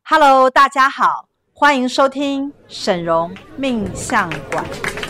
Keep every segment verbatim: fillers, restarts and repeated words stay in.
Hello， 大家好，欢迎收听沈荣命相馆。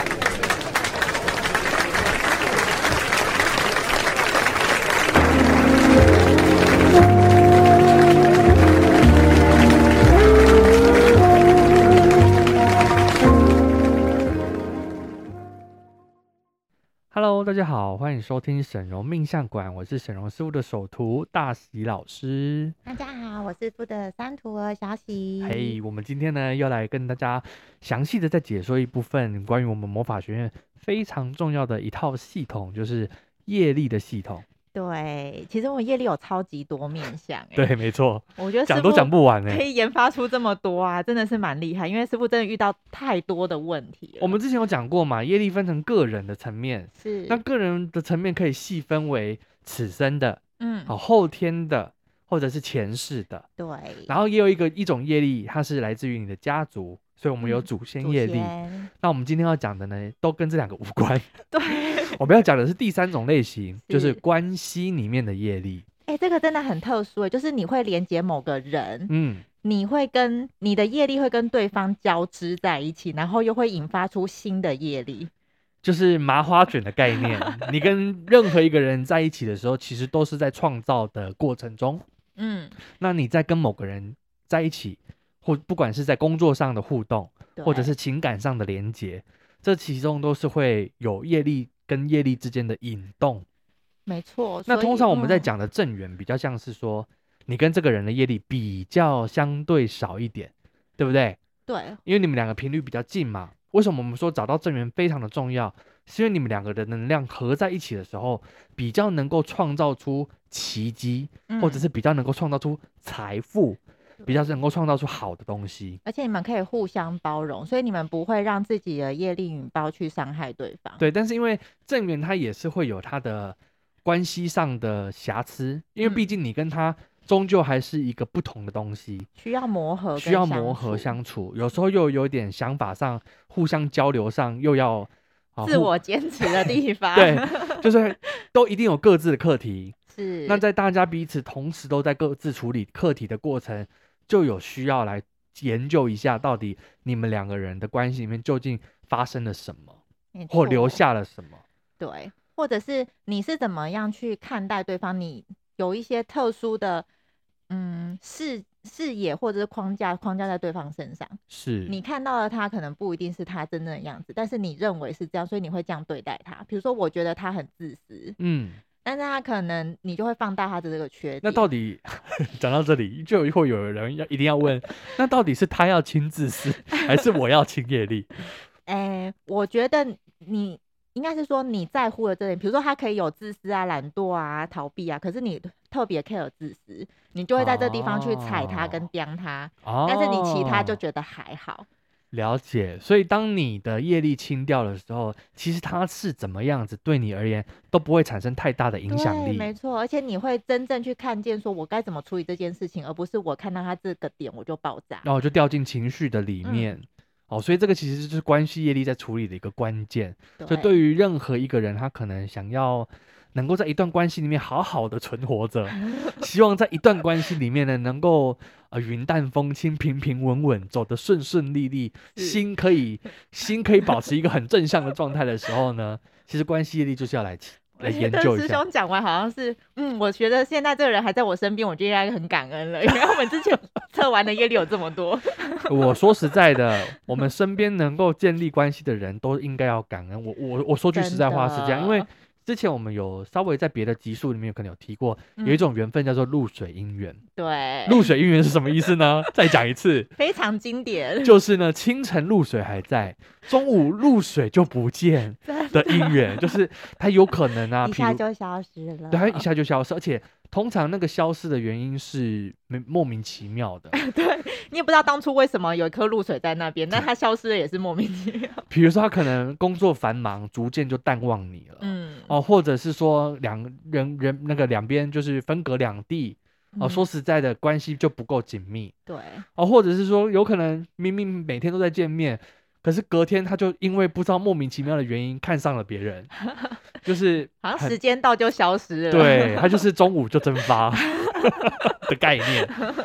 Hello， 大家好，欢迎收听沈荣命相馆，我是沈荣师傅的首徒大喜老师。 大家好，我师傅的三徒儿小喜。 嘿、hey, 我们今天呢要来跟大家详细的再解说一部分关于我们魔法学院非常重要的一套系统，就是业力的系统。 对，其实我业力有超级多面向。 对，没错， 我觉得讲都讲不完， 可以研发出这么多啊，真的是蛮厉害。因为师傅真的遇到太多的问题了。 我们之前有讲过嘛，业力分成个人的层面， 是那个人的层面可以细分为此生的， 嗯， 好后天的，或者是前世的。 对， 然后也有一个一种业力，它是来自于你的家族，所以我们有祖先业力。嗯、那我们今天要讲的呢，都跟这两个无关。 对， 我们要讲的是第三种类型，是就是关系里面的业力。 哎、欸，这个真的很特殊，就是你会连接某个人， 嗯， 你会跟你的业力会跟对方交织在一起，然后又会引发出新的业力。 就是麻花卷的概念，你跟任何一个人在一起的时候，其实都是在创造的过程中。嗯，那你在跟某个人在一起，或不管是在工作上的互动，或者是情感上的连结，这其中都是会有业力跟业力之间的引动。 没错。 那通常我们在讲的正缘，比较像是说，嗯、你跟这个人的业力比较相对少一点，对不对？ 对， 因为你们两个频率比较近嘛。为什么我们说找到正缘非常的重要？是因为你们两个的能量合在一起的时候，比较能够创造出奇迹，嗯、或者是比较能够创造出财富，比较能够创造出好的东西。 而且你们可以互相包容，所以你们不会让自己的业力引爆去伤害对方。 对，但是因为正缘它也是会有它的关系上的瑕疵，因为毕竟你跟他终究还是一个不同的东西， 需要磨合， 需要磨合相处，有时候又有点想法上互相交流上又要、 啊、自我坚持的地方。 对，就是都一定有各自的课题。 是， 那在大家彼此同时都在各自处理课题的过程，就有需要来研究一下，到底你们两个人的关系里面究竟发生了什么，或留下了什么。 对，或者是你是怎么样去看待对方，你有一些特殊的嗯视视野或者是框架框架在对方身上， 是你看到的他可能不一定是他真正的样子，但是你认为是这样，所以你会这样对待他。比如说我觉得他很自私，嗯，但是他可能你就会放大他的这个缺点。 那到底讲到这里就会有人要一定要问，那到底是他要亲自私还是我要亲业力？ 哎、欸，我觉得你应该是说你在乎的这点，比如说他可以有自私啊、懒惰啊、逃避啊，可是你特别 care 自私，你就会在这地方去踩他跟刁他、哦、但是你其他就觉得还好。 了解，所以当你的业力清掉的时候，其实他是怎么样子对你而言都不会产生太大的影响力。 没错，而且你会真正去看见说我该怎么处理这件事情，而不是我看到他这个点我就爆炸， 然后我就掉进情绪的里面、嗯哦，所以这个其实就是关系业力在处理的一个关键。所以对于任何一个人，他可能想要能够在一段关系里面好好的存活着，希望在一段关系里面呢，能够呃云淡风轻、平平稳稳，走得顺顺利利，心可以心可以保持一个很正向的状态的时候呢，其实关系业力就是要来来研究一下。 师兄讲完好像是，嗯，我觉得现在这个人还在我身边，我就应该很感恩了，因为我们之前测完的业力有这么多。 我说实在的，我们身边能够建立关系的人都应该要感恩。我我我说句实在话是这样，因为之前我们有稍微在别的集数里面可能有提过，有一种缘分叫做露水姻缘。 对， 露水姻缘是什么意思呢？再讲一次， 非常经典， 就是呢，清晨露水还在，中午露水就不见的姻缘，就是它有可能啊， 一下就消失了， 对，它一下就消失，而且通常那个消失的原因是莫名其妙的。 对，你也不知道当初为什么有一颗露水在那边，但它消失了也是莫名其妙。 比如说他可能工作繁忙，逐渐就淡忘你了，嗯，哦，或者是说两人人那个两边就是分隔两地，哦，说实在的，关系就不够紧密， 对， 哦，或者是说有可能明明每天都在见面，可是隔天他就因为不知道莫名其妙的原因看上了别人，就是好像时间到就消失了， 对，他就是中午就蒸发的概念。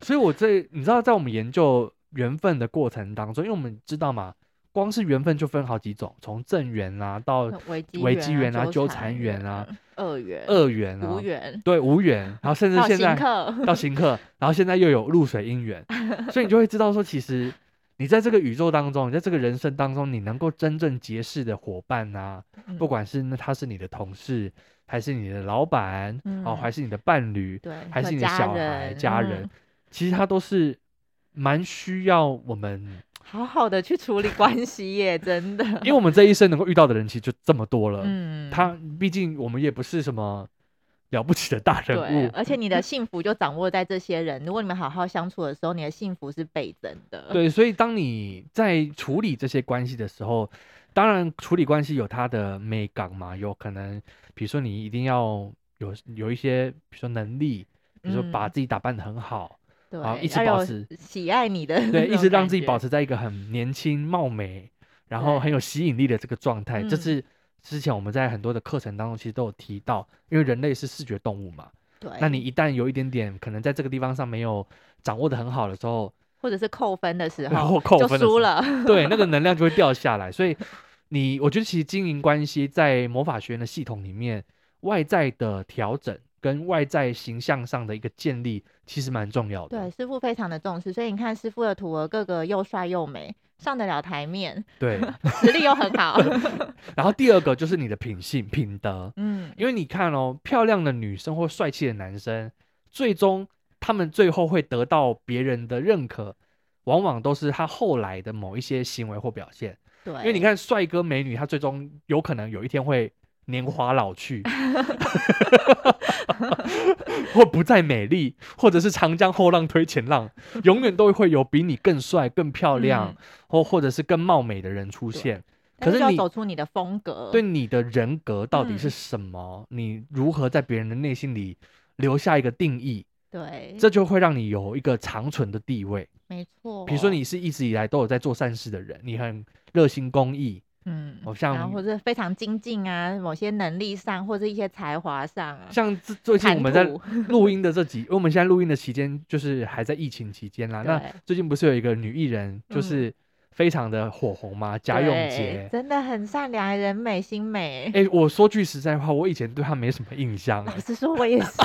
所以我这你知道，在我们研究缘分的过程当中，因为我们知道嘛，光是缘分就分好几种，从正缘啊到危机缘啊、纠缠缘啊、 恶缘、 恶缘啊、 无缘， 对无缘，然后甚至现在到刑克，然后现在又有露水姻缘，所以你就会知道说，其实你在这个宇宙当中，你在这个人生当中，你能够真正结识的伙伴啊，嗯、不管是那他是你的同事，还是你的老板，嗯、哦，还是你的伴侣， 对， 还是你的小孩、家人，家人嗯、其实他都是蛮需要我们好好的去处理关系耶，真的。 因为我们这一生能够遇到的人其实就这么多了，嗯，他毕竟我们也不是什么了不起的大人物， 对，而且你的幸福就掌握在这些人，如果你们好好相处的时候，你的幸福是倍增的。 对，所以当你在处理这些关系的时候，当然处理关系有它的美感嘛，有可能比如说你一定要有有一些比如说能力，比如说把自己打扮得很好， 对， 然后一直保持喜爱你的， 对，一直让自己保持在一个很年轻貌美，然后很有吸引力的这个状态，这是之前我们在很多的课程当中其实都有提到，因为人类是视觉动物嘛， 对， 那你一旦有一点点可能在这个地方上没有掌握得很好的时候， 或者是扣分的时候， 扣分就输了， 对，那个能量就会掉下来。所以你，我觉得其实经营关系在魔法学院的系统里面，外在的调整跟外在形象上的一个建立，其实蛮重要的。 对，师父非常的重视，所以你看师父的徒儿个个又帅又美，上得了台面， 对， 实力又很好。 然后第二个就是你的品性品德，嗯，因为你看哦，漂亮的女生或帅气的男生，最终他们最后会得到别人的认可，往往都是他后来的某一些行为或表现。 对， 因为你看帅哥美女，他最终有可能有一天会年华老去，或不再美丽，或者是长江后浪推前浪，永远都会有比你更帅、更漂亮，嗯、或或者是更貌美的人出现。可是你要走出你的风格， 对你的人格到底是什么？嗯、你如何在别人的内心里留下一个定义？ 对， 这就会让你有一个长存的地位。 没错， 比如说你是一直以来都有在做善事的人，你很热心公益， 嗯， 好像然后或者非常精进啊，某些能力上或者一些才华上啊， 像最近我们在录音的这集，因为我们现在录音的期间就是还在疫情期间啦。那最近不是有一个女艺人，就是非常的火红嘛，贾永婕， 真的很善良，人美心美。 哎、欸，我说句实在话，我以前对她没什么印象。 老实说，我也是。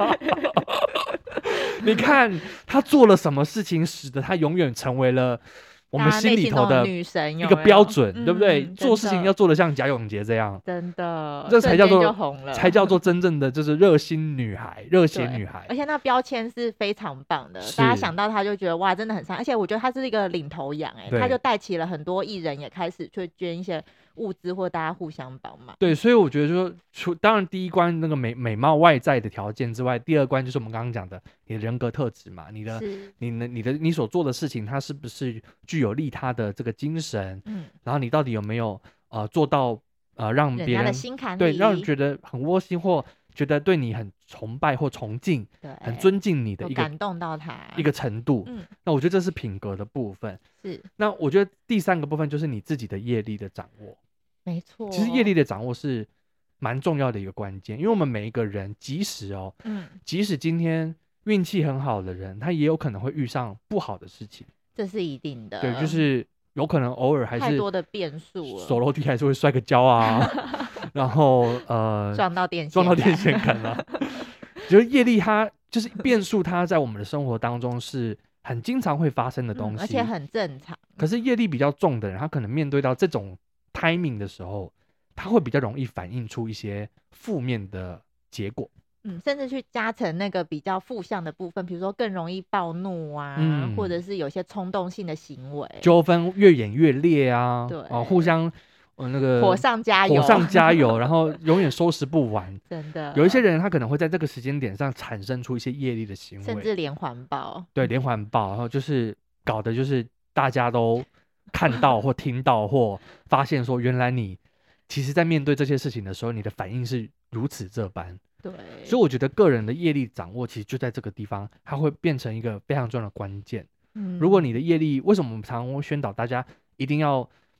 你看她做了什么事情，使得她永远成为了我们心里头的女神， 一个标准， 有有对不对？ 嗯、 做事情要做得像贾永婕这样， 真的， 这才叫做红了， 才叫做真正的就是热心女孩、热血女孩。 而且那标签是非常棒的，大家想到她就觉得哇，真的很善。而且我觉得她是一个领头羊、欸，哎，她就带起了很多艺人也开始去捐一些物资，或大家互相帮忙。 对，所以我觉得说，除当然第一关那个美美貌外在的条件之外，第二关就是我们刚刚讲的你的人格特质嘛，你的、你的、你的、你所做的事情，它是不是具有利他的这个精神？嗯，然后你到底有没有呃做到呃让别人, 人的心坎里对让人觉得很窝心，或觉得对你很崇拜或崇敬， 对， 很尊敬你的一个感动到他一个程度。嗯，那我觉得这是品格的部分。 是， 那我觉得第三个部分就是你自己的业力的掌握。 没错， 其实业力的掌握是蛮重要的一个关键，因为我们每一个人，即使哦，嗯，即使今天运气很好的人，他也有可能会遇上不好的事情， 这是一定的。 对，就是有可能偶尔还是太多的变数了， 手楼梯还是会摔个跤啊，然后呃撞到电线撞到电线杆啊，就是业力它就是变数，它在我们的生活当中是很经常会发生的东西，嗯、 而且很正常。 可是业力比较重的人，他可能面对到这种timing 的时候，他会比较容易反映出一些负面的结果， 嗯，甚至去加成那个比较负向的部分，比如说更容易暴怒啊，嗯、或者是有些冲动性的行为， 纠纷越演越烈啊， 对啊，互相呃那个火上加油， 火上加油，然后永远收拾不完， 真的。 有一些人他可能会在这个时间点上产生出一些业力的行为， 甚至连环爆， 对，连环爆，然后就是搞的就是大家都看到或听到或发现说，原来你其实在面对这些事情的时候，你的反应是如此这般。 对， 所以我觉得个人的业力掌握其实就在这个地方，它会变成一个非常重要的关键。嗯，如果你的业力，为什么我们常常会宣导大家一定要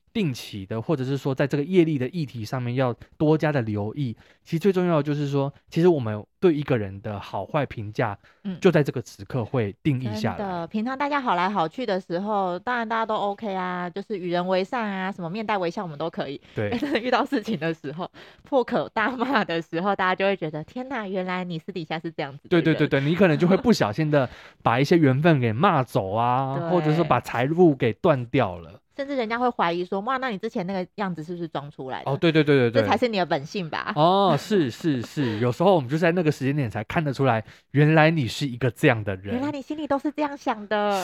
定期的，或者是说在这个业力的议题上面要多加的留意。其实最重要的就是说，其实我们对一个人的好坏评价，嗯，就在这个时刻会定义下来。 真的，平常大家好来好去的时候，当然大家都 OK 啊，就是与人为善啊，什么面带微笑我们都可以。 对， 但是遇到事情的时候，破口大骂的时候，大家就会觉得天哪，原来你私底下是这样子的。 对对对对，你可能就会不小心的把一些缘分给骂走啊，或者是把财路给断掉了。 甚至人家会怀疑说，哇，那你之前那个样子是不是装出来的？ 哦，对对对对对， 这才是你的本性吧？ 哦，是是是，有时候我们就在那个时间点才看得出来，原来你是一个这样的人， 原来你心里都是这样想的。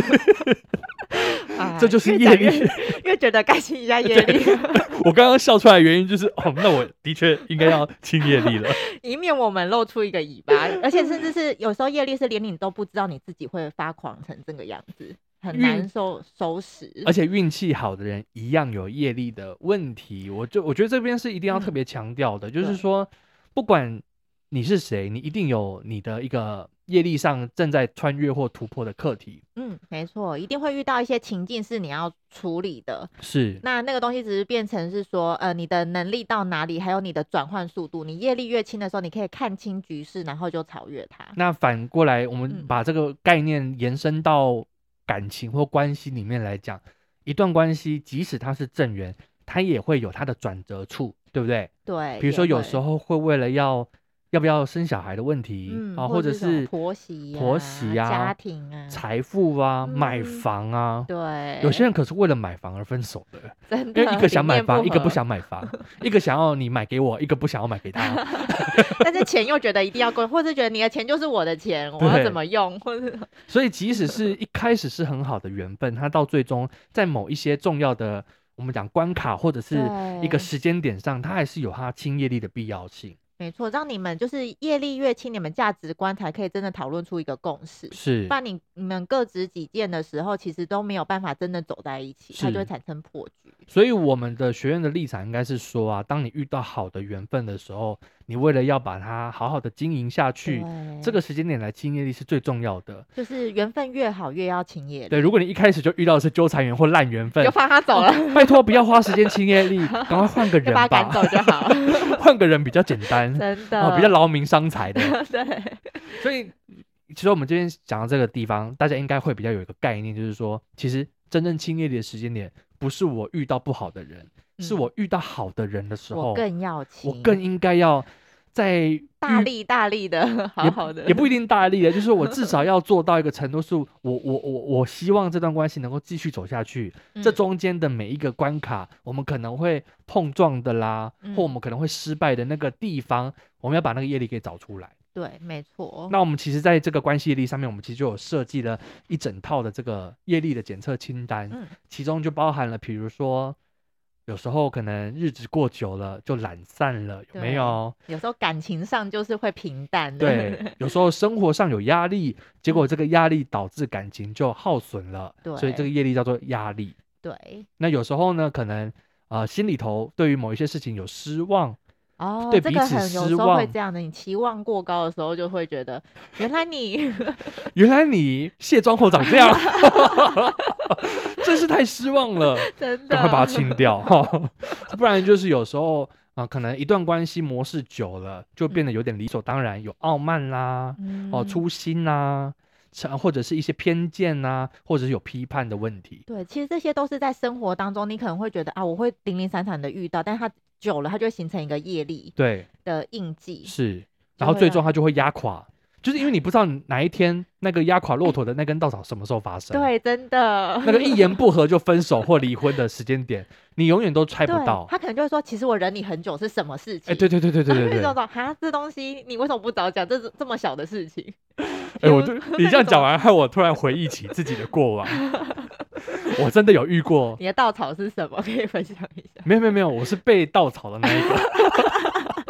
啊、这就是业力， 越, 越觉得该清一下业力。 我刚刚笑出来的原因就是，哦，那我的确应该要清业力了， 以免我们露出一个尾巴，而且甚至是有时候业力是连你都不知道你自己会发狂成这个样子。很难收收拾， 而且运气好的人一样有业力的问题。我就我觉得这边是一定要特别强调的，嗯、就是说，不管你是谁，你一定有你的一个业力上正在穿越或突破的课题。 嗯，没错，一定会遇到一些情境是你要处理的。 是， 那那个东西只是变成是说，呃，你的能力到哪里，还有你的转换速度。你业力越轻的时候，你可以看清局势，然后就超越它。 那反过来，我们把这个概念延伸到感情或关系里面来讲，一段关系即使它是正缘，它也会有它的转折处，对不对？ 对， 比如说有时候会为了要要不要生小孩的问题、 嗯、 啊，或者是婆媳、啊、 婆媳啊、 家庭啊、 财富啊、 嗯、 买房啊， 对， 有些人可是为了买房而分手的， 真的， 因为一个想买房，一个不想买房，一个想要你买给我，一个不想要买给他， 但是钱又觉得一定要够，或是觉得你的钱就是我的钱，我要怎么用，或者所以即使是一开始是很好的缘分，它到最终在某一些重要的我们讲关卡或者是一个时间点上，它还是有它清业力的必要性。 没错，让你们就是业力越轻，你们价值观才可以真的讨论出一个共识。 是， 不然你你们各执己见的时候，其实都没有办法真的走在一起，它就会产生破局。 所以我们的学院的立场应该是说啊，当你遇到好的缘分的时候，你为了要把它好好的经营下去，这个时间点来清业力是最重要的。 就是缘分越好，越要清业力。 对，如果你一开始就遇到的是纠缠缘或烂缘分， 就放他走了。 哦、拜托不要花时间清业力，赶快换个人吧， 把他赶走就好。 换个人比较简单， 真的、 哦、比较劳民伤财的。 对， 所以其实我们今天讲到这个地方，大家应该会比较有一个概念，就是说，其实真正清业力的时间点，不是我遇到不好的人，嗯、是我遇到好的人的时候， 我更要清， 我更应该要在大力大力的好好的也, 也不一定大力的，就是我至少要做到一个程度，是我我我我希望这段关系能够继续走下去。嗯、这中间的每一个关卡，我们可能会碰撞的啦，嗯、或我们可能会失败的那个地方，我们要把那个业力给找出来。 对，没错。 那我们其实在这个关系业力上面，我们其实就有设计了一整套的这个业力的检测清单，嗯、其中就包含了，比如说。有时候可能日子过久了就懒散了，有没有？ 有时候感情上就是会平淡的。 对，有时候生活上有压力，结果这个压力导致感情就耗损了，对，所以这个业力叫做压力。 对。 那有时候呢，可能呃心里头对于某一些事情有失望。 哦， 对彼此失望， 这个很有时候会这样的。你期望过高的时候，就会觉得原来你原来你卸妆后长这样，真是太失望了， 真的， 赶快把它清掉不然就是有时候啊、呃，可能一段关系模式久了，就变得有点理所当然，有傲慢啦，嗯、哦，粗心啦。或者是一些偏见啊，或者是有批判的问题。 对，其实这些都是在生活当中，你可能会觉得啊，我会零零散散的遇到，但是它久了，它就会形成一个业力对的印记。 是，然后最终它就会压垮，就是因为你不知道哪一天那个压垮骆驼的那根稻草什么时候发生。 对，真的， 那个一言不合就分手或离婚的时间点，你永远都猜不到。 他可能就会说，其实我忍你很久是什么事情？ 哎，对对对对对对对， 那种哈，这东西你为什么不早讲？这这么小的事情。 哎，我就你这样讲完，害我突然回忆起自己的过往。我真的有遇过。 你的稻草是什么？可以分享一下？ 没有没有没有，我是被稻草的那一个。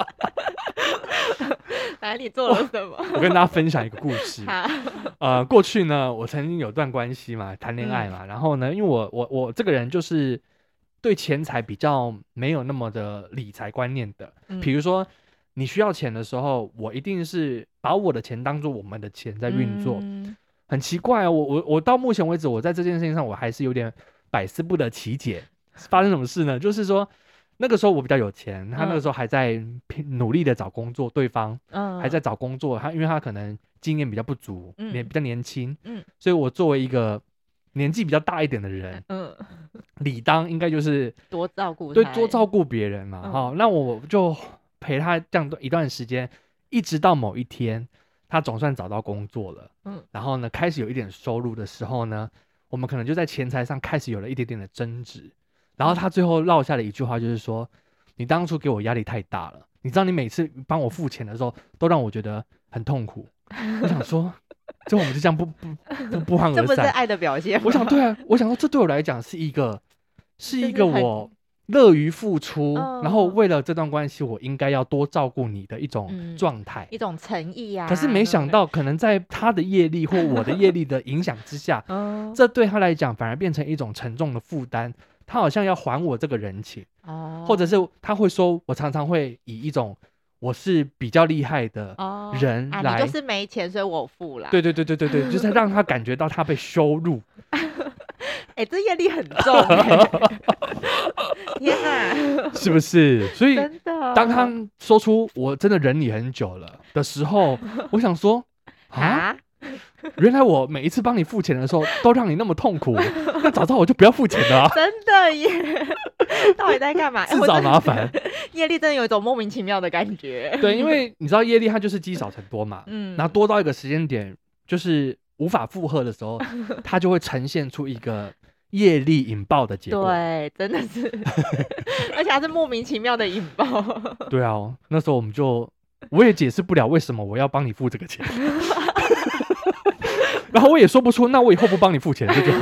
来，你做了什么？ 我跟大家分享一个故事。呃，过去呢，我曾经有段关系嘛，谈恋爱嘛，嗯、然后呢，因为我我我这个人就是对钱财比较没有那么的理财观念的，嗯、比如说。你需要钱的时候，我一定是把我的钱当作我们的钱在运作，嗯、很奇怪啊！我我我到目前为止，我在这件事情上我还是有点百思不得其解。 发生什么事呢？就是说那个时候我比较有钱，他那个时候还在努力的找工作，对方、嗯、还在找工作，他因为他可能经验比较不足，嗯、也比较年轻，嗯，所以我作为一个年纪比较大一点的人，嗯，理当应该就是多照顾他， 对，多照顾别人嘛，哈、嗯，那我就陪他这样一段时间，一直到某一天，他总算找到工作了，嗯，然后呢，开始有一点收入的时候呢，我们可能就在钱财上开始有了一点点的争执，然后他最后落下的一句话就是说：“你当初给我压力太大了，你知道你每次帮我付钱的时候，都让我觉得很痛苦。”我想说，就我们就这样不不不不欢而散， 这不是爱的表现吗？ 我想对啊，我想说这对我来讲是一个是一个我乐于付出，嗯、然后为了这段关系，我应该要多照顾你的一种状态、嗯， 一种诚意啊。 可是没想到，可能在他的业力或我的业力的影响之下，嗯、这对他来讲反而变成一种沉重的负担。他好像要还我这个人情，哦、或者是他会说，我常常会以一种我是比较厉害的人来， 哦啊、你就是没钱，所以我付啦。 对对对对对对，就是让他感觉到他被羞辱。 哎、欸，这业力很重、欸，天哪， 是不是？所以当他说出我真的忍你很久了的时候，我想说啊。原来我每一次帮你付钱的时候都让你那么痛苦，那早知道我就不要付钱了、啊、 真的耶，到底在干嘛？ 自找麻烦。 业力真的有一种莫名其妙的感觉。 对，因为你知道业力它就是积少成多嘛，嗯，然后多到一个时间点就是无法负荷的时候，它就会呈现出一个业力引爆的结果。 对，真的是，而且还是莫名其妙的引爆。 对啊，那时候我们就我也解释不了为什么我要帮你付这个钱。然后我也说不出，那我以后不帮你付钱这句话，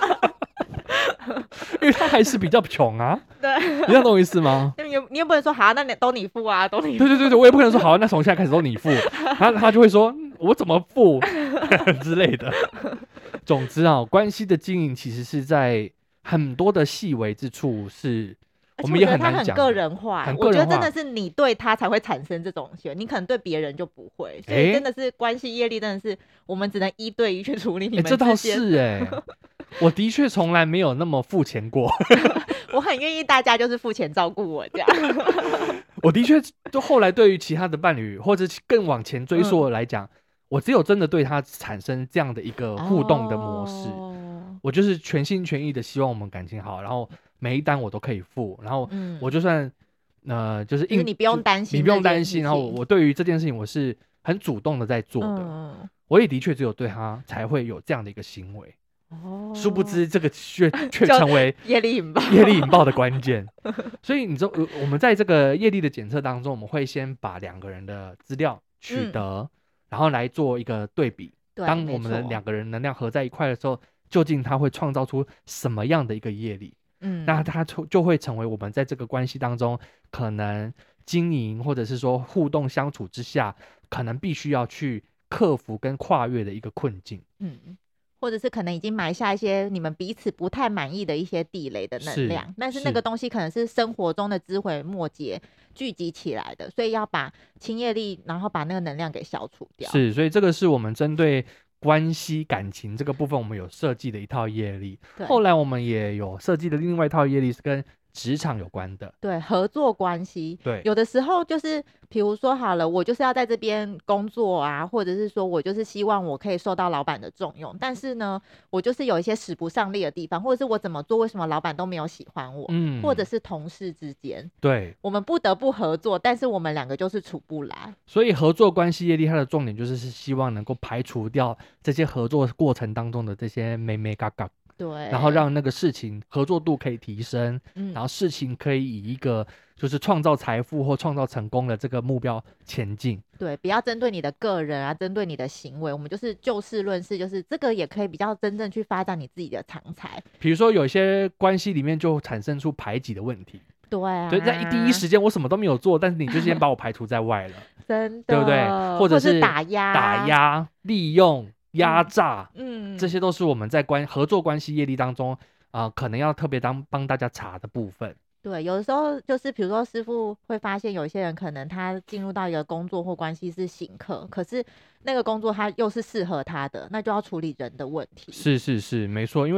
因为他还是比较穷啊。 对， 你懂我意思吗？ 你你也不能说好，那你都你付啊，都你付。 对对对对，我也不可能说好，那从现在开始都你付。他他就会说，我怎么付之类的。总之啊，关系的经营其实是在很多的细微之处是。我们也很难讲， 很个人化，我觉得真的是你对他才会产生这种行为，你可能对别人就不会，所以真的是关系业力，真的是我们只能一对一去处理你们之间。 这倒是哎、欸，我的确从来没有那么付钱过。 我很愿意大家就是付钱照顾我这样。 我的确，就后来对于其他的伴侣，或者更往前追溯来讲、嗯，我只有真的对他产生这样的一个互动的模式，哦、我就是全心全意的希望我们感情好，然后。每一单我都可以付，然后我就算、嗯、呃就是硬、 就是、你不用担心， 你不用担心，然后我对于这件事情我是很主动的在做的，嗯、我也的确只有对他才会有这样的一个行为。哦，殊不知这个却却成为业力引爆业力引爆的关键。所以你知道，我们在这个业力的检测当中，我们会先把两个人的资料取得，嗯、然后来做一个对比。 对， 当我们的两个人能量合在一块的时候，究竟它会创造出什么样的一个业力？嗯，那它就会成为我们在这个关系当中可能经营或者是说互动相处之下，可能必须要去克服跟跨越的一个困境。嗯， 或者是可能已经埋下一些你们彼此不太满意的一些地雷的能量，是但是那个东西可能是生活中的枝微末节聚集起来的，所以要把清业力，然后把那个能量给消除掉。 是，所以这个是我们针对关系感情这个部分，我们有设计的一套业力。后来我们也有设计的另外一套业力是跟职场有关的， 对，合作关系。 对， 有的时候就是比如说好了，我就是要在这边工作啊，或者是说我就是希望我可以受到老板的重用，但是呢我就是有一些使不上力的地方，或者是我怎么做为什么老板都没有喜欢我，嗯，或者是同事之间， 对， 我们不得不合作，但是我们两个就是处不来。 所以合作关系业力它的重点就是是希望能够排除掉这些合作过程当中的这些眉眉角角， 对， 然后让那个事情合作度可以提升，嗯，然后事情可以以一个就是创造财富或创造成功的这个目标前进。 对，不要针对你的个人啊，针对你的行为，我们就是就事论事，就是这个也可以比较真正去发展你自己的长才。 比如说有些关系里面就产生出排挤的问题， 对啊， 对，在第一时间我什么都没有做，但是你就先把我排除在外了， 真的， 对不对？或者是打压、 打压、利用。压榨，嗯，这些都是我们在关合作关系业力当中啊、呃，可能要特别当帮大家查的部分。 对，有的时候就是比如说师父会发现有一些人可能他进入到一个工作或关系是行客，可是那个工作他又是适合他的，那就要处理人的问题。 是是是，没错，因为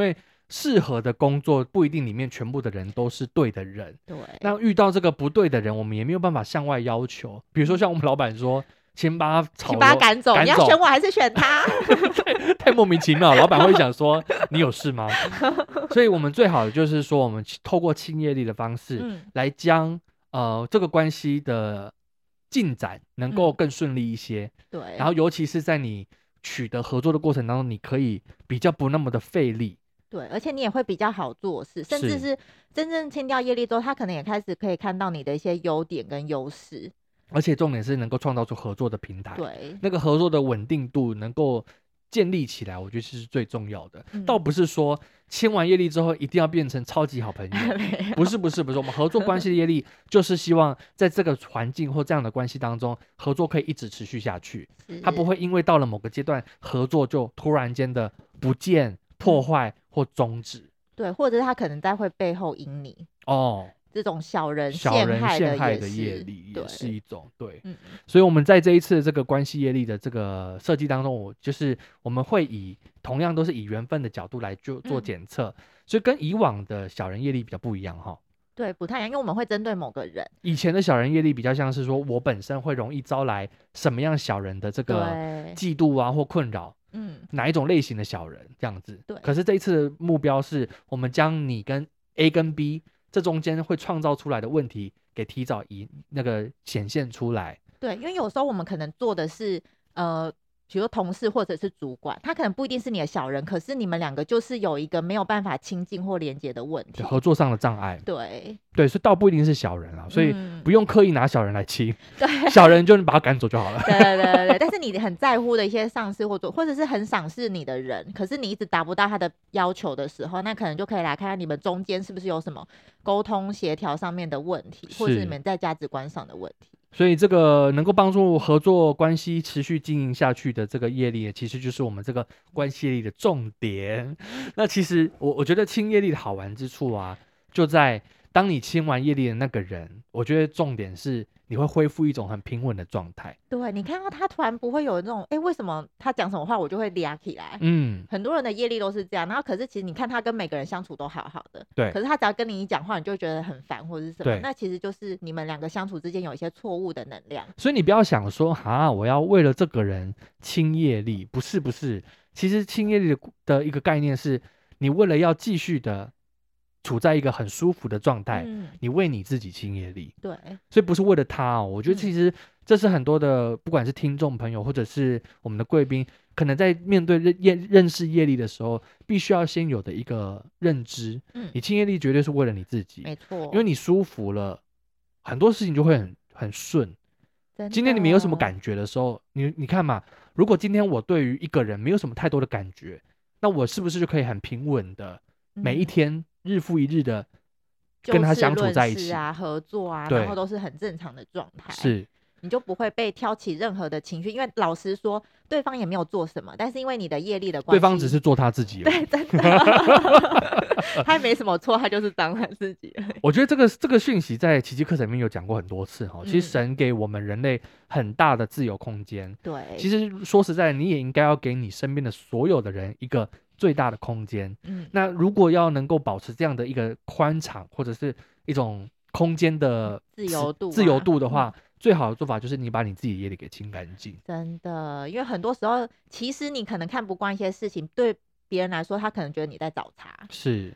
适合的工作不一定里面全部的人都是对的人。 对， 那遇到这个不对的人，我们也没有办法向外要求。比如说像我们老板说，先把他炒， 请把他赶走， 赶走你要选我还是选他？ 太, 太莫名其妙，老板会想说你有事吗？所以我们最好的就是说，我们透过亲业力的方式、嗯、来将呃这个关系的进展能够更顺利一些。 嗯、对， 然后尤其是在你取得合作的过程当中，你可以比较不那么的费力。 对，而且你也会比较好做事，甚至是真正清掉业力之后，他可能也开始可以看到你的一些优点跟优势。 而且重点是能够创造出合作的平台， 对， 那个合作的稳定度能够建立起来，我觉得是最重要的。嗯、倒不是说签完业力之后一定要变成超级好朋友，不是不是不是，我们合作关系的业力就是希望在这个环境或这样的关系当中，合作可以一直持续下去，它不会因为到了某个阶段合作就突然间的不见、破坏或终止。 对，或者是他可能在会背后赢你哦。 这种小人小人陷害的业力也是一种。对、嗯，所以我们在这一次这个关系业力的这个设计当中，我就是我们会以同样都是以缘分的角度来做做检测、嗯，所以跟以往的小人业力比较不一样哈。 对，不太一样，因为我们会针对某个人。 以前的小人业力比较像是说我本身会容易招来什么样小人的这个嫉妒啊或困扰，嗯，哪一种类型的小人这样子。对。可是这一次的目标是我们将你跟 A 跟 B。这中间会创造出来的问题给提早以那个显现出来。 对，因为有时候我们可能做的是呃比如说同事或者是主管，他可能不一定是你的小人，可是你们两个就是有一个没有办法亲近或连接的问题， 合作上的障碍。 对对，所以倒不一定是小人啊，所以不用刻意拿小人来亲、嗯、小人就把他赶走就好了。 对对对对，但是你很在乎的一些上司或者或者是很赏识你的人，可是你一直达不到他的要求的时候，那可能就可以来看看你们中间是不是有什么沟通协调上面的问题，或是你们在价值观上的问题。 所以这个能够帮助合作关系持续经营下去的这个业力，其实就是我们这个关系业力的重点。那其实我我觉得清业力的好玩之处啊，就在当你清完业力的那个人，我觉得重点是你会恢复一种很平稳的状态。 对，你看到他突然不会有那种，哎，为什么他讲什么话我就会嗲起来？嗯，很多人的业力都是这样。然后可是其实你看他跟每个人相处都好好的， 对。 可是他只要跟你一讲话，你就会觉得很烦或者是什么。那其实就是你们两个相处之间有一些错误的能量。 所以你不要想说啊，我要为了这个人清业力，不是不是。其实清业力 的, 的一个概念是，你为了要继续的处在一个很舒服的状态、嗯，你为你自己清业力。 对， 所以不是为了他哦。我觉得其实这是很多的，不管是听众朋友或者是我们的贵宾，可能在面对认认识业力的时候，必须要先有的一个认知。嗯，你清业力绝对是为了你自己， 没错。 因为你舒服了，很多事情就会很很顺。今天你没有什么感觉的时候，你你看嘛，如果今天我对于一个人没有什么太多的感觉，那我是不是就可以很平稳的每一天、嗯、日复一日的跟他相处在一起啊，合作啊，然后都是很正常的状态， 是你就不会被挑起任何的情绪，因为老实说，对方也没有做什么，但是因为你的业力的关系， 对方只是做他自己而已，对，真的，他也没什么错，他就是当他自己而已。 我觉得这个这个讯息在奇迹课程里面有讲过很多次哈，其实神给我们人类很大的自由空间， 对、嗯， 其实说实在，你也应该要给你身边的所有的人一个最大的空间。嗯，那如果要能够保持这样的一个宽敞或者是一种空间的自由度、啊、 自由度的话、嗯，最好的做法就是你把你自己的业力给清干净。 真的，因为很多时候，其实你可能看不惯一些事情，对别人来说，他可能觉得你在找茬。 是，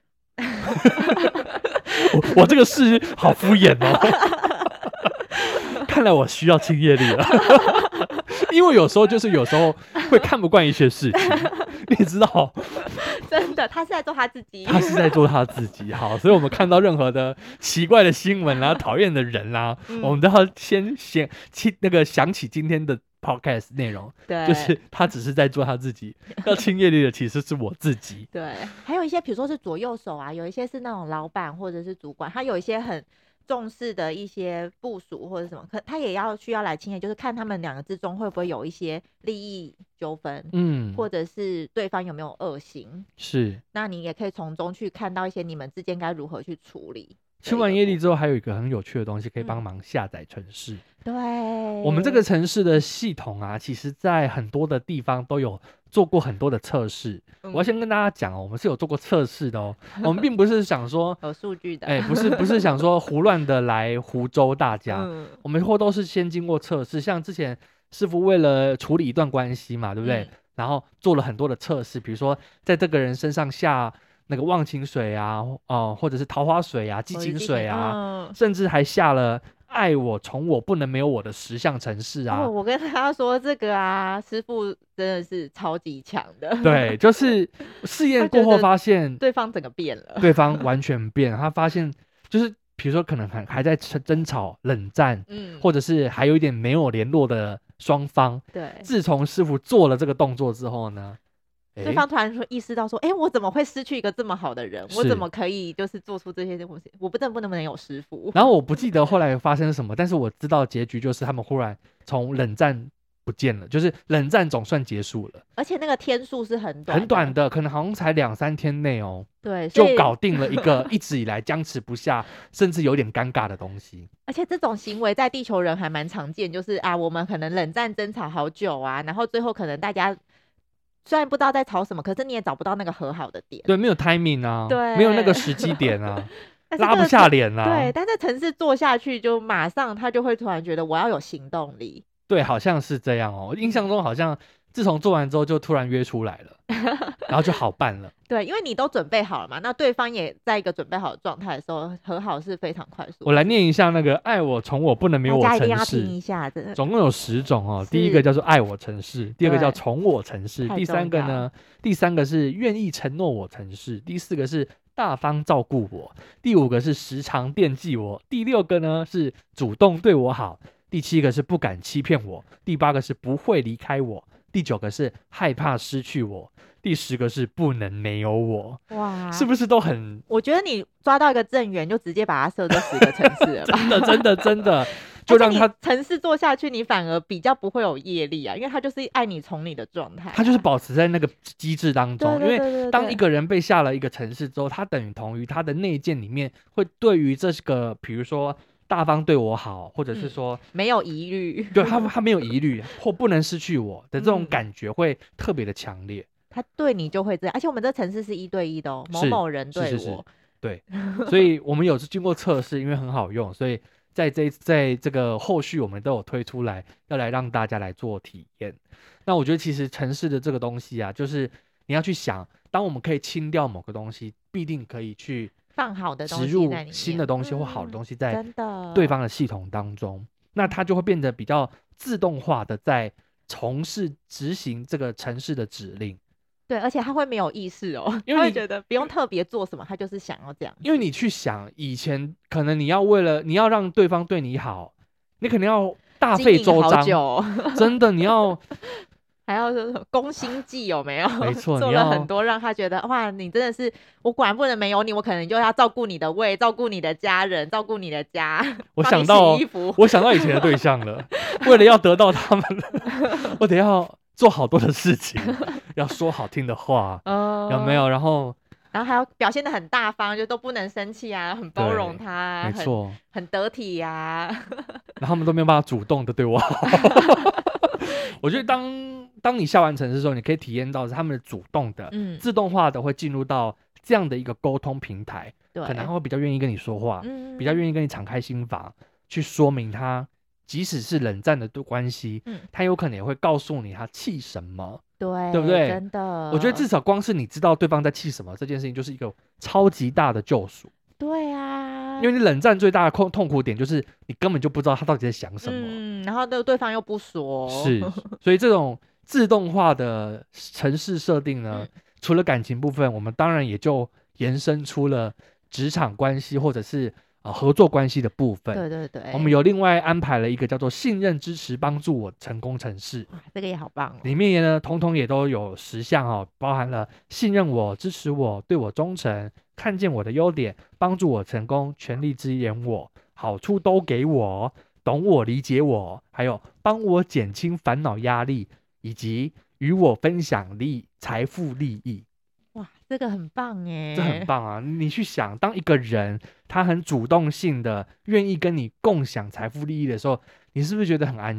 我, 我这个是好敷衍哦。看来我需要清业力了，因为有时候就是有时候会看不惯一些事情，你知道。 真的，他是在做他自己， 他是在做他自己。好，所以我们看到任何的奇怪的新闻啦、讨厌的人啦、嗯，我们都要先先那个想起今天的 podcast 内容， 对， 就是他只是在做他自己，要清业力的其实是我自己。 对，还有一些比如说是左右手啊，有一些是那种老板或者是主管，他有一些很重视的一些部署或者什么，可他也要需要来清业，就是看他们两个之中会不会有一些利益纠纷，嗯，或者是对方有没有恶行， 是， 那你也可以从中去看到一些你们之间该如何去处理。 清完业力之后，还有一个很有趣的东西可以帮忙下载程式。 对， 我们这个程式的系统啊，其实在很多的地方都有做过很多的测试。嗯、我要先跟大家讲哦，我们是有做过测试的哦，我们并不是想说有数据的， 哎、欸，不是不是想说胡乱的来胡诌大家，嗯、我们或都是先经过测试，像之前师傅为了处理一段关系嘛，对不对？嗯、然后做了很多的测试，比如说在这个人身上下那个忘情水啊，哦、呃，或者是桃花水啊、激情水啊，嗯、甚至还下了爱我、宠我、不能没有我的十项程式啊、 哦。我跟他说这个啊，师傅真的是超级强的。 对，就是试验过后发现对方整个变了， 对方完全变，他发现就是比如说可能还还在争吵、冷战，嗯，或者是还有一点没有联络的双方，对，自从师傅做了这个动作之后呢。 对方突然说意识到说，哎、欸，我怎么会失去一个这么好的人？我怎么可以就是做出这些东西？我不能不能不能有师傅。 然后我不记得后来发生什么，但是我知道结局就是他们忽然从冷战不见了，就是冷战总算结束了。 而且那个天数是很短， 很短的，可能好像才两三天内哦， 对， 就搞定了一个一直以来僵持不下，甚至有点尴尬的东西。 而且这种行为在地球人还蛮常见，就是啊，我们可能冷战争吵好久啊，然后最后可能大家。虽然不知道在吵什么，可是你也找不到那个和好的点。 对，没有 timing 啊， 对， 没有那个时机点啊，拉不下脸啊。 对，但在城市做下去，就马上他就会突然觉得我要有行动力。 对，好像是这样哦。我印象中好像自从做完之后就突然约出来了，然后就好办了。 对，因为你都准备好了嘛，那对方也在一个准备好的状态的时候，和好是非常快速的。 我来念一下那个爱我宠我不能没有我程式，大家一定要听一下， 总共有十种哦。第一个叫做爱我程式，第二个叫宠我程式，第三个呢，第三个是愿意承诺我程式，第四个是大方照顾我，第五个是时常惦记我，第六个呢是主动对我好，第七个是不敢欺骗我，第八个是不会离开我，第九个是害怕失去我，第十个是不能没有我。哇，是不是都很？ 我觉得你抓到一个正缘，就直接把它设这十个城市了吧。 真的，真的，真的，就让他城市做下去，你反而比较不会有业力啊，因为他就是爱你宠你的状态、啊， 他就是保持在那个机制当中。 对对对对对， 因为当一个人被下了一个城市之后，他等同于他的内建里面会对于这个，比如说。大方对我好，或者是说、嗯、 没有疑虑， 对他他没有疑虑，或不能失去我的这种感觉会特别的强烈、嗯。 他对你就会这样，而且我们这城市是一对一的哦，某某人对我，是是是对，所以我们有经过测试，因为很好用，所以在这在这个后续我们都有推出来，要来让大家来做体验。那我觉得其实城市的这个东西啊，就是你要去想，当我们可以清掉某个东西，必定可以去。 放好的东西植入新的东西或好的东西在对方的系统当中、嗯、那它就会变得比较自动化的在从事执行这个城市的指令。 对，而且他会没有意识哦，因为他会觉得不用特别做什么，他就是想要这样。 因为你去想以前可能你要为了你要让对方对你好，你可能要大费周章、 哦、 真的你要还要说攻心计有没有？ 没错， 做了很多让他觉得哇，你真的是我果然不能没有你，我可能就要照顾你的胃，照顾你的家人，照顾你的家。 我想到我想到以前的对象了，为了要得到他们，我得要做好多的事情，要说好听的话，哦、有没有？然后。 然后还要表现得很大方，就都不能生气啊，很包容他、啊， 没错， 很得体呀、啊。 然后他们都没有办法主动的对我好。我觉得当当你下完城市的时候，你可以体验到是他们的主动的、嗯、自动化的会进入到这样的一个沟通平台，可能他会比较愿意跟你说话，嗯、比较愿意跟你敞开心房，去说明他即使是冷战的关系，嗯、他有可能也会告诉你他气什么。 对， 对不对？ 真的， 我觉得至少光是你知道对方在气什么这件事情，就是一个超级大的救赎。 对啊， 因为你冷战最大的痛痛苦点就是你根本就不知道他到底在想什么， 嗯，然后对对方又不说， 是，所以这种自动化的程式设定呢，嗯、除了感情部分，我们当然也就延伸出了职场关系或者是。呃、合作关系的部分， 对对对， 我们有另外安排了一个叫做信任支持帮助我成功程式， 这个也好棒哦。 里面呢，统统也都有十项哦，包含了信任我、支持我、对我忠诚、看见我的优点、帮助我成功、全力支援我、好处都给我、懂我、理解我，还有帮我减轻烦恼压力，以及与我分享利财富利益。 哇，这个很棒耶！ 这很棒啊！你去想，当一个人他很主动性的愿意跟你共享财富利益的时候，你是不是觉得很安心？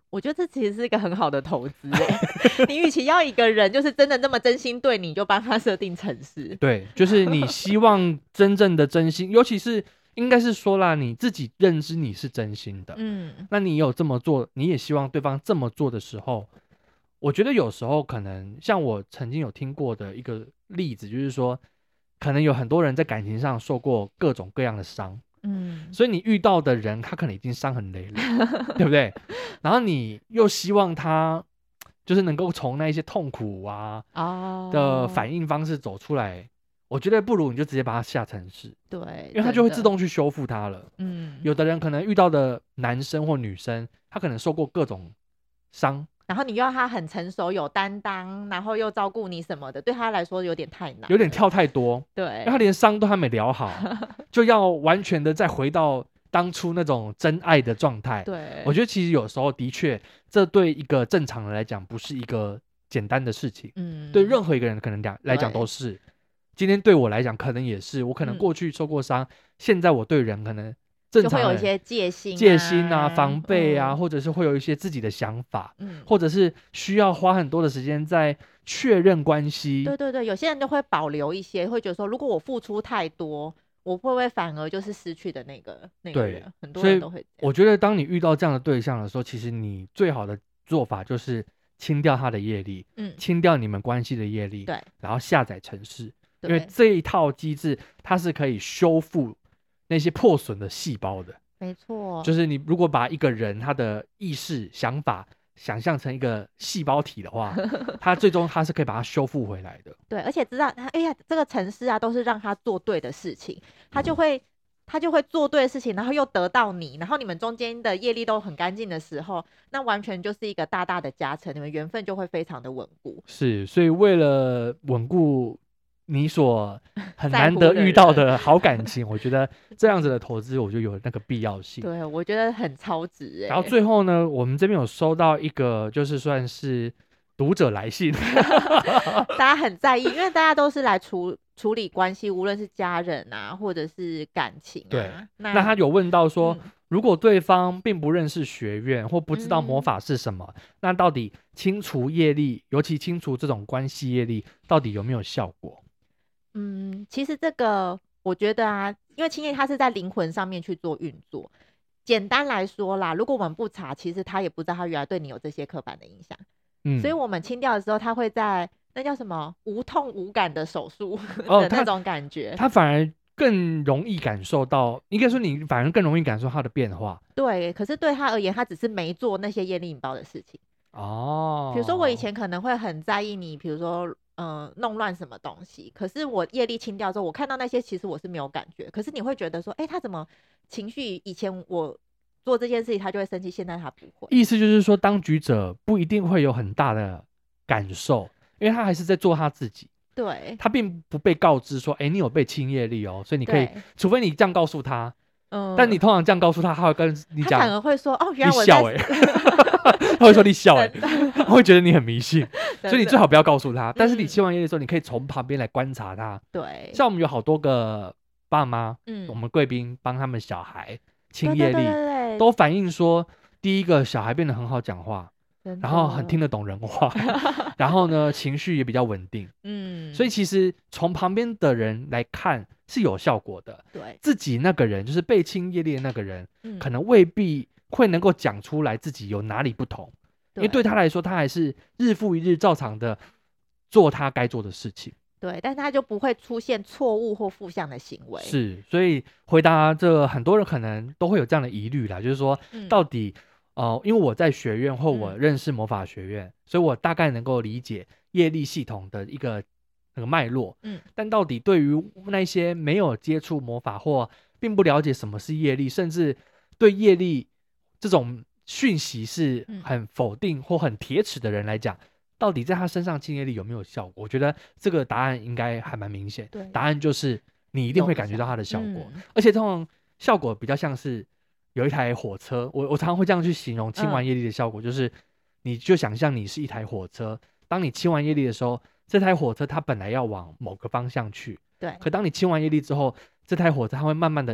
我觉得这其实是一个很好的投资哎。你与其要一个人就是真的那么真心对你，就帮他设定程式。 对，就是你希望真正的真心，尤其是应该是说啦，你自己认知你是真心的， 嗯， 那你有这么做，你也希望对方这么做的时候，我觉得有时候可能像我曾经有听过的一个例子，就是说，可能有很多人在感情上受过各种各样的伤。嗯，所以你遇到的人，他可能已经伤痕累累，对不对？然后你又希望他就是能够从那一些痛苦啊、哦、的反应方式走出来，我觉得不如你就直接把它下程式，对，因为他就会自动去修复它了。嗯，有的人可能遇到的男生或女生，他可能受过各种伤。 然后你又要他很成熟有担当，然后又照顾你什么的，对他来说有点太难， 有点跳太多。对，因为他连伤都还没疗好，就要完全的再回到当初那种真爱的状态。对，我觉得其实有时候的确，这对一个正常人来讲不是一个简单的事情。嗯，对任何一个人可能讲来讲都是。今天对我来讲可能也是，我可能过去受过伤，嗯、现在我对人可能。正常就会有一些戒心、啊、 戒心啊、防备啊、嗯，或者是会有一些自己的想法，嗯，或者是需要花很多的时间在确认关系。 对对对，有些人就会保留一些，会觉得说，如果我付出太多，我会不会反而就是失去的那个那个人？很多人都会这样。 我觉得当你遇到这样的对象的时候，其实你最好的做法就是清掉他的业力，嗯，清掉你们关系的业力，对，然后下载程式，因为这一套机制它是可以修复那些破损的细胞的。 没错， 就是你如果把一个人他的意识想法想象成一个细胞体的话，他最终他是可以把它修复回来的。 对，而且知道哎呀，这个程式啊都是让他做对的事情，他就会、嗯、他就会做对的事情，然后又得到你，然后你们中间的业力都很干净的时候，那完全就是一个大大的加成，你们缘分就会非常的稳固。 是，所以为了稳固你所很难得遇到的好感情，我觉得这样子的投资，我就有那个必要性。 对，我觉得很超值欸。 然后最后呢，我们这边有收到一个，就是算是读者来信， 大家很在意，因为大家都是来处处理关系，无论是家人啊，或者是感情啊。 对，那, 那他有问到说、嗯，如果对方并不认识学院或不知道魔法是什么，嗯、那到底清除业力，尤其清除这种关系业力，到底有没有效果？ 嗯，其实这个我觉得啊，因为清业它是在灵魂上面去做运作。简单来说啦，如果我们不查，其实他也不知道他原来对你有这些刻板的影响。嗯，所以我们清掉的时候，他会在那叫什么无痛无感的手术的那种感觉， 他反而更容易感受到，应该说你反而更容易感受他的变化。 对，可是对他而言，他只是没做那些业力引爆的事情。哦，比如说我以前可能会很在意你，比如说。嗯，弄乱什么东西？可是我业力清掉之后，我看到那些其实我是没有感觉。可是你会觉得说，哎、欸，他怎么情绪？以前我做这件事情他就会生气，现在他不会。 意思就是说，当局者不一定会有很大的感受，因为他还是在做他自己。 对， 他并不被告知说，哎、欸，你有被清业力哦，所以你可以，除非你这样告诉他。嗯，但你通常这样告诉他，他会跟你讲，他反而会说，哦，原来我在。 他会说你笑哎、欸，他会觉得你很迷信，所以你最好不要告诉他。但是你清完业力的时候，你可以从旁边来观察他。对，像我们有好多个爸妈，嗯，我们贵宾帮他们小孩清业力，对对对对，都反映说，第一个小孩变得很好讲话，然后很听得懂人话，然后呢情绪也比较稳定。嗯，所以其实从旁边的人来看是有效果的。对，自己那个人就是被清业力的那个人，嗯、可能未必会能够讲出来自己有哪里不同，因为对他来说，他还是日复一日照常的做他该做的事情。 对，但是他就不会出现错误或负向的行为。 是，所以回答这很多人可能都会有这样的疑虑啦，就是说，嗯、到底呃，因为我在学院或我认识魔法学院，嗯、所以我大概能够理解业力系统的一个那个脉络。嗯，但到底对于那些没有接触魔法或并不了解什么是业力，甚至对业力这种讯息是很否定或很铁齿的人来讲，嗯、到底在他身上清业力有没有效果？我觉得这个答案应该还蛮明显。答案就是你一定会感觉到它的效果，嗯、而且这种效果比较像是有一台火车，我我常常会这样去形容清完业力的效果，嗯、就是你就想象你是一台火车，当你清完业力的时候，这台火车它本来要往某个方向去，对，可当你清完业力之后，这台火车它会慢慢的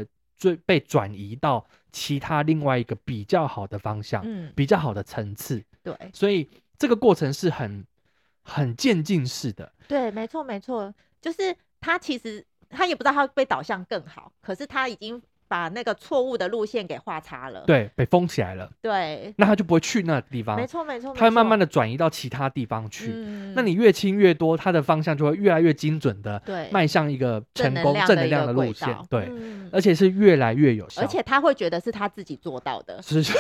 最被转移到其他另外一个比较好的方向， 嗯， 比较好的层次。 对， 所以这个过程是很很渐进式的。 对，没错没错，就是他其实他也不知道他被导向更好，可是他已经把那个错误的路线给画叉了， 对，被封起来了。 对， 那他就不会去那个地方， 没错没错， 他会慢慢的的转移到其他地方去。 嗯、 那你越清越多，它的方向就会越来越精准的对迈向一个成功正能量的路线。对、嗯，而且是越来越有效， 而且他会觉得是他自己做到的。 是是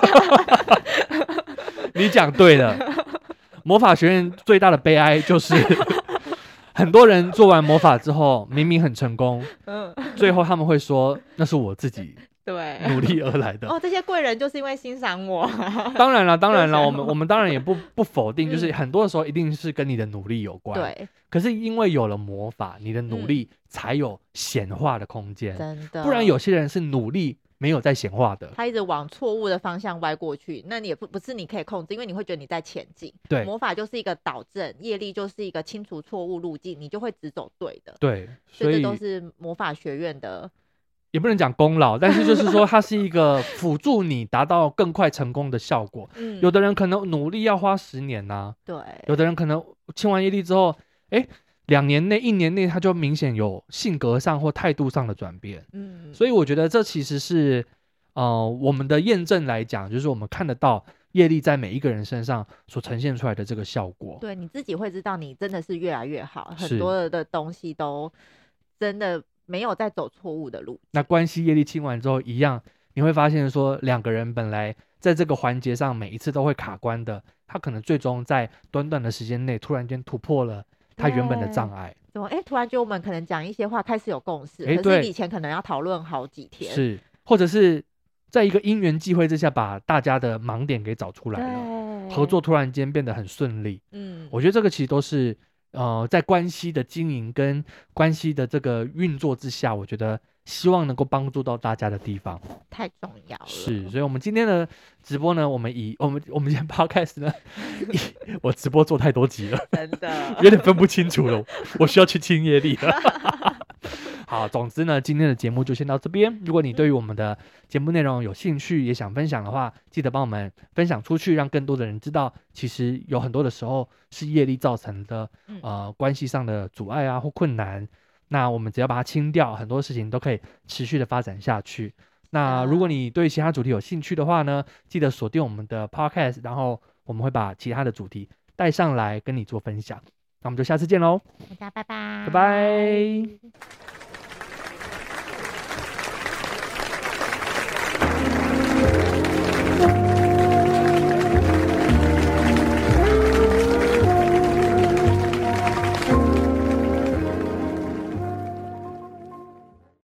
你讲对了。魔法学院最大的悲哀就是很多人做完魔法之后明明很成功，嗯，最后他们会说那是我自己对努力而来的。 哦，这些贵人就是因为欣赏我。 当然了当然了我们我们当然也不不否定，就是很多的时候一定是跟你的努力有关。对，可是因为有了魔法，你的努力才有显化的空间、嗯、真的。不然有些人是努力没有在显化的， 他一直往错误的方向歪过去，那你也 不, 不是你可以控制，因为你会觉得你在前进。对，魔法就是一个导正，业力就是一个清除错误路径，你就会只走对的。对，所以这都是魔法学院的， 也不能讲功劳，但是就是说它是一个辅助你达到更快成功的效果。嗯，有的人可能努力要花十年啊，对，有的人可能清完业力之后，哎。两年内、一年内，他就明显有性格上或态度上的转变。嗯，所以我觉得这其实是，呃，我们的验证来讲，就是我们看得到业力在每一个人身上所呈现出来的这个效果。 对，你自己会知道，你真的是越来越好，很多的东西都真的没有在走错误的路。 那关系业力清完之后，一样你会发现说，两个人本来在这个环节上每一次都会卡关的，他可能最终在短短的时间内突然间突破了他原本的障碍。 怎么哎？突然觉得我们可能讲一些话开始有共识，可是以前可能要讨论好几天。 是，或者是在一个因缘际会之下，把大家的盲点给找出来了，合作突然间变得很顺利。嗯，我觉得这个其实都是呃，在关系的经营跟关系的这个运作之下，我觉得希望能够帮助到大家的地方， 太重要了。 是，所以我们今天的直播呢，我们以我们我们今天 podcast 呢，我直播做太多集了，真的有点分不清楚了，我需要去清业力了。好，总之呢，今天的节目就先到这边。如果你对于我们的节目内容有兴趣，也想分享的话，记得帮我们分享出去，让更多的人知道，其实有很多的时候是业力造成的，呃，关系上的阻碍啊或困难。那我们只要把它清掉，很多事情都可以持续的发展下去。那如果你对其他主题有兴趣的话呢，记得锁定我们的 podcast， 然后我们会把其他的主题带上来跟你做分享。那我们就下次见喽， 大家拜拜， 拜拜。